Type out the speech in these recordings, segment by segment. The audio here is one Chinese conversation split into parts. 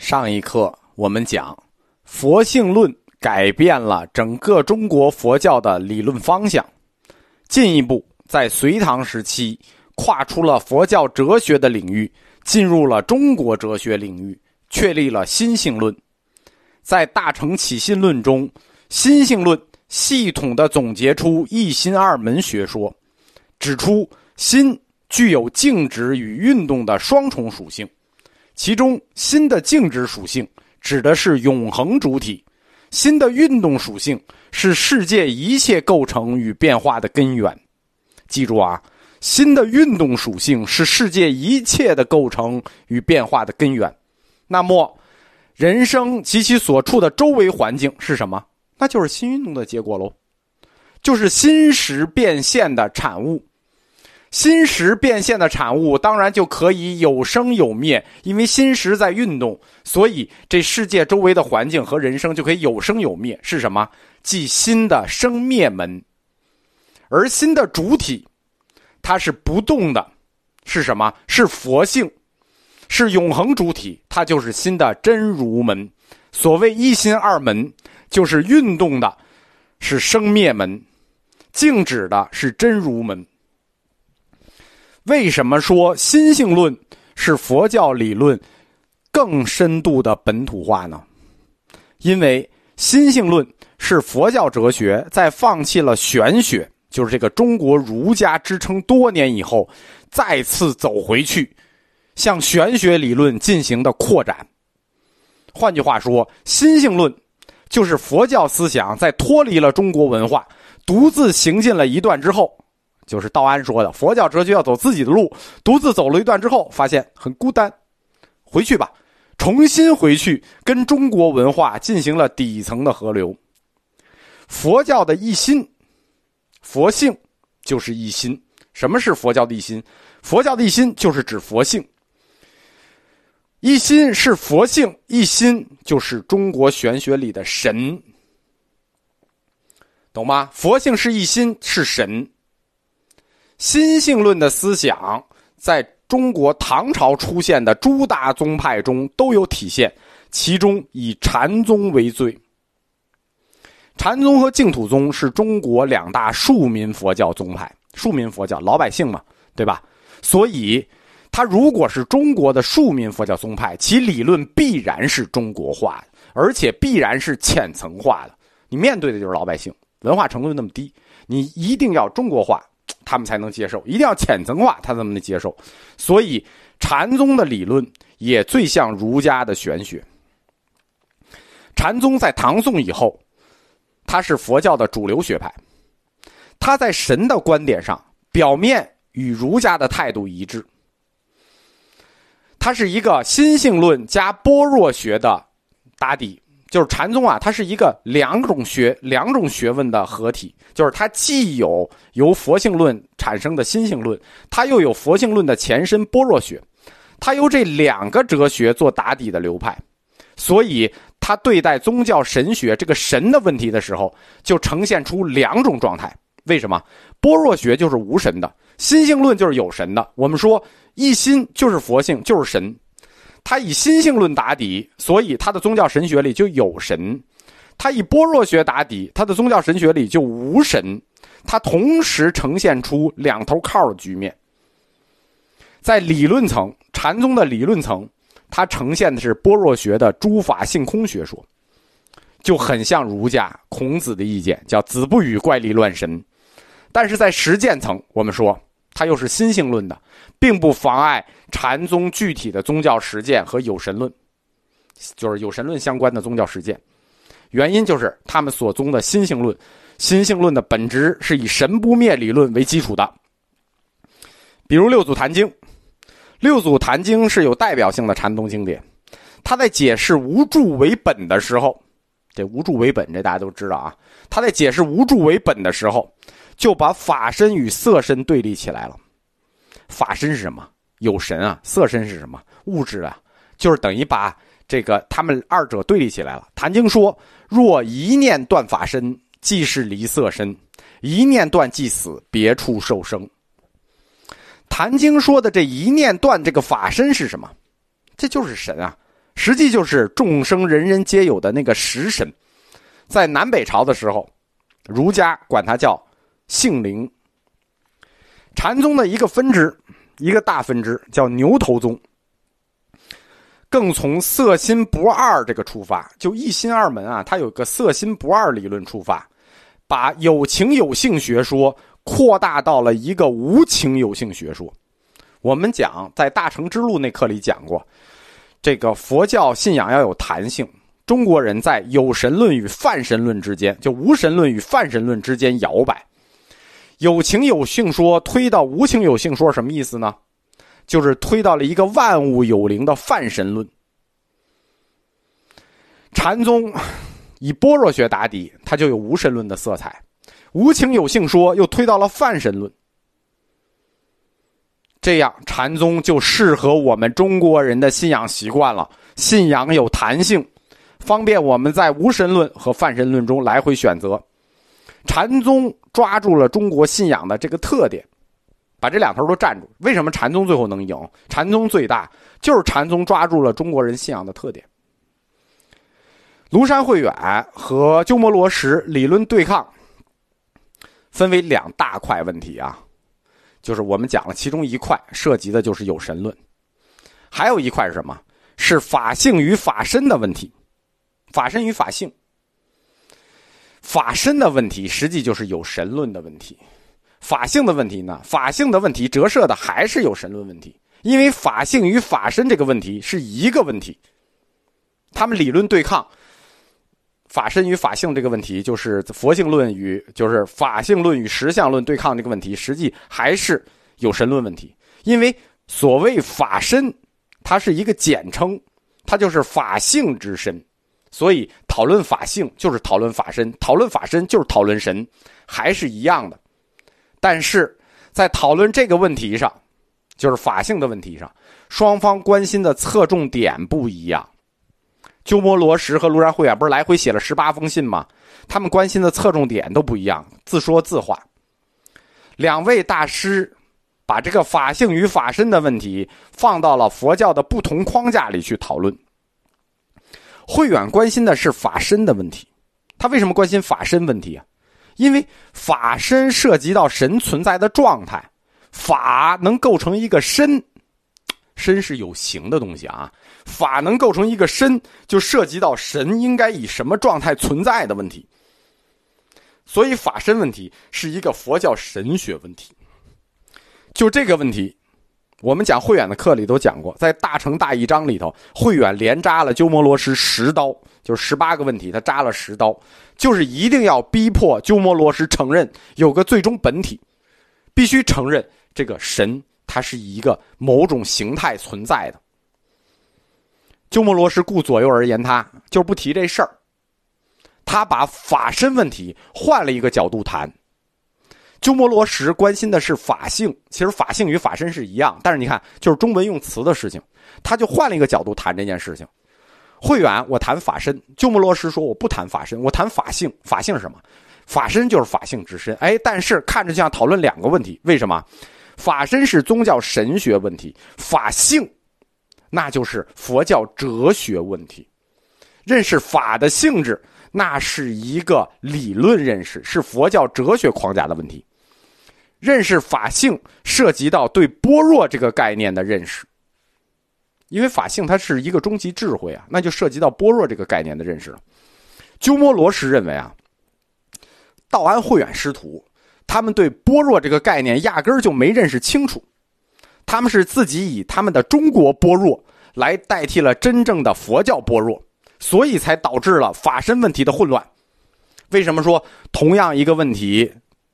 上一课我们讲佛性论改变了整个中国佛教的理论方向，进一步在隋唐时期跨出了佛教哲学的领域，进入了中国哲学领域，确立了心性论。在大乘起信论中，心性论系统地总结出一心二门学说，指出心具有静止与运动的双重属性，其中心的静止属性指的是永恒主体，心的运动属性是世界一切构成与变化的根源。记住啊，心的运动属性是世界一切的构成与变化的根源。那么人生及其所处的周围环境是什么？那就是心运动的结果咯，就是心识变现的产物。心识变现的产物当然就可以有生有灭，因为心识在运动，所以这世界周围的环境和人生就可以有生有灭。是什么？即心的生灭门。而心的主体它是不动的，是什么？是佛性，是永恒主体，它就是心的真如门。所谓一心二门，就是运动的是生灭门，静止的是真如门。为什么说心性论是佛教理论更深度的本土化呢？因为心性论是佛教哲学在放弃了玄学，就是这个中国儒家支撑多年以后，再次走回去向玄学理论进行的扩展。换句话说，心性论就是佛教思想在脱离了中国文化，独自行进了一段之后，就是道安说的佛教哲学要走自己的路，独自走了一段之后发现很孤单，回去吧，重新回去跟中国文化进行了底层的合流。佛教的一心，佛性就是一心。什么是佛教的一心？佛教的一心就是指佛性。一心是佛性，一心就是中国玄学里的神，懂吗？佛性是一心，是神。心性论的思想在中国唐朝出现的诸大宗派中都有体现，其中以禅宗为最。禅宗和净土宗是中国两大庶民佛教宗派，庶民佛教老百姓嘛，对吧？所以它如果是中国的庶民佛教宗派，其理论必然是中国化的，而且必然是浅层化的。你面对的就是老百姓，文化程度那么低，你一定要中国化，他们才能接受，一定要浅层化，他们能接受。所以禅宗的理论也最像儒家的玄学。禅宗在唐宋以后，它是佛教的主流学派，它在神的观点上表面与儒家的态度一致，它是一个心性论加般若学的打底。就是禅宗啊，它是一个两种学问的合体，就是它既有由佛性论产生的心性论，它又有佛性论的前身般若学，它由这两个哲学做打底的流派。所以它对待宗教神学这个神的问题的时候，就呈现出两种状态。为什么？般若学就是无神的，心性论就是有神的。我们说一心就是佛性，就是神。他以心性论打底，所以他的宗教神学里就有神。他以般若学打底，他的宗教神学里就无神。他同时呈现出两头靠的局面。在理论层，禅宗的理论层，它呈现的是般若学的诸法性空学说，就很像儒家孔子的意见，叫子不语怪力乱神。但是在实践层，我们说它又是心性论的，并不妨碍禅宗具体的宗教实践和有神论，就是有神论相关的宗教实践。原因就是他们所宗的心性论，心性论的本质是以神不灭理论为基础的。比如六祖坛经，六祖坛经是有代表性的禅宗经典，他在解释无住为本的时候，这无住为本这大家都知道啊，他在解释无住为本的时候，就把法身与色身对立起来了。法身是什么？有神啊。色身是什么？物质啊。就是等于把这个他们二者对立起来了。坛经说，若一念断法身，即是离色身；一念断即死，别处受生。坛经说的这一念断这个法身是什么？这就是神啊。 实际就是众生人人皆有的那个食神。在南北朝的时候，儒家管它叫性灵。禅宗的一个分支，一个大分支叫牛头宗，更从色心不二这个出发，就一心二门啊，它有个色心不二理论出发，把有情有性学说扩大到了一个无情有性学说。我们讲在大乘之路那课里讲过，这个佛教信仰要有弹性，中国人在有神论与泛神论之间，就无神论与泛神论之间摇摆。有情有性说推到无情有性说什么意思呢？就是推到了一个万物有灵的泛神论。禅宗以般若学打底，它就有无神论的色彩。无情有性说又推到了泛神论。这样禅宗就适合我们中国人的信仰习惯了，信仰有弹性，方便我们在无神论和泛神论中来回选择。禅宗抓住了中国信仰的这个特点，把这两头都站住。为什么禅宗最后能赢？禅宗最大，就是禅宗抓住了中国人信仰的特点。庐山慧远和鸠摩罗什理论对抗，分为两大块问题啊，就是我们讲了其中一块涉及的就是有神论，还有一块是什么？是法性与法身的问题。法身与法性，法身的问题实际就是有神论的问题，法性的问题呢？法性的问题折射的还是有神论问题，因为法性与法身这个问题是一个问题，他们理论对抗。法身与法性这个问题，就是佛性论与就是法性论与实相论对抗这个问题，实际还是有神论问题。因为所谓法身，它是一个简称，它就是法性之身，所以讨论法性就是讨论法身，讨论法身就是讨论神，还是一样的。但是在讨论这个问题上，就是法性的问题上，双方关心的侧重点不一样。鸠摩罗什和庐山慧远不是来回写了18封信吗？他们关心的侧重点都不一样，自说自话。两位大师把这个法性与法身的问题放到了佛教的不同框架里去讨论。慧远关心的是法身的问题，他为什么关心法身问题啊？因为法身涉及到神存在的状态，法能构成一个身，身是有形的东西啊，法能构成一个身，就涉及到神应该以什么状态存在的问题。所以法身问题是一个佛教神学问题。就这个问题，我们讲慧远的课里都讲过，在大乘大义章里头，慧远连扎了鸠摩罗什10刀，就是18个问题他扎了10刀，就是一定要逼迫鸠摩罗什承认有个最终本体，必须承认这个神它是一个某种形态存在的。鸠摩罗什顾左右而言他，就是不提这事儿，他把法身问题换了一个角度谈。鸠摩罗什关心的是法性，其实法性与法身是一样，但是你看就是中文用词的事情，他就换了一个角度谈这件事情。慧远我谈法身，鸠摩罗什说我不谈法身，我谈法性。法性是什么？法身就是法性之身。但是看着像讨论两个问题，为什么？法身是宗教神学问题，法性那就是佛教哲学问题。认识法的性质，那是一个理论认识，是佛教哲学框架的问题。认识法性涉及到对般若这个概念的认识，因为法性它是一个终极智慧啊，那就涉及到般若这个概念的认识了。鸠摩罗什认为啊，道安慧远师徒他们对般若这个概念压根儿就没认识清楚，他们是自己以他们的中国般若来代替了真正的佛教般若，所以才导致了法身问题的混乱。为什么说同样一个问题，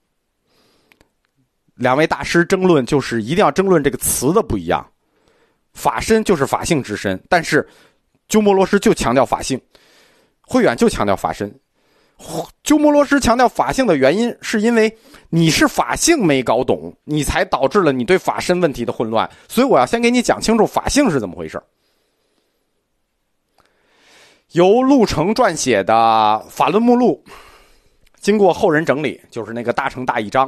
两位大师争论就是一定要争论这个词的不一样？法身就是法性之身，但是鸠摩罗什就强调法性，慧远就强调法身。鸠摩罗什强调法性的原因，是因为你是法性没搞懂，你才导致了你对法身问题的混乱，所以我要先给你讲清楚法性是怎么回事。由陆程撰写的法论目录，经过后人整理，就是那个大乘大义章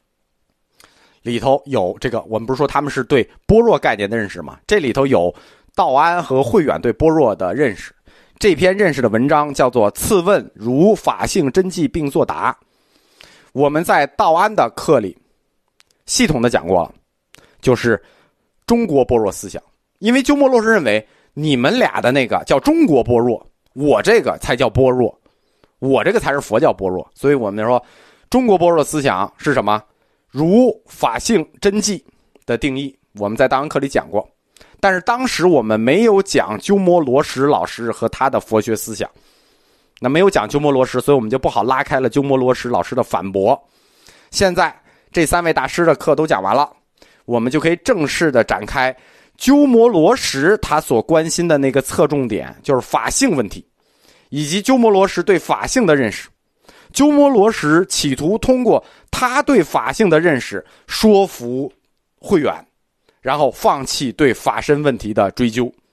里头有这个，我们不是说他们是对般若概念的认识吗？这里头有道安和慧远对般若的认识。这篇认识的文章叫做《次问如法性真迹并作答》，我们在道安的课里系统的讲过了，就是中国般若思想。因为鸠摩罗什认为你们俩的那个叫中国般若，我这个才叫般若，我这个才是佛教般若，所以我们说中国般若思想是什么？如法性真迹的定义，我们在道安课里讲过。但是当时我们没有讲鸠摩罗什老师和他的佛学思想，那没有讲鸠摩罗什，所以我们就不好拉开了鸠摩罗什老师的反驳。现在这3位大师的课都讲完了，我们就可以正式的展开鸠摩罗什他所关心的那个侧重点，就是法性问题，以及鸠摩罗什对法性的认识。鸠摩罗什企图通过他对法性的认识说服慧远，然后放弃对法身问题的追究。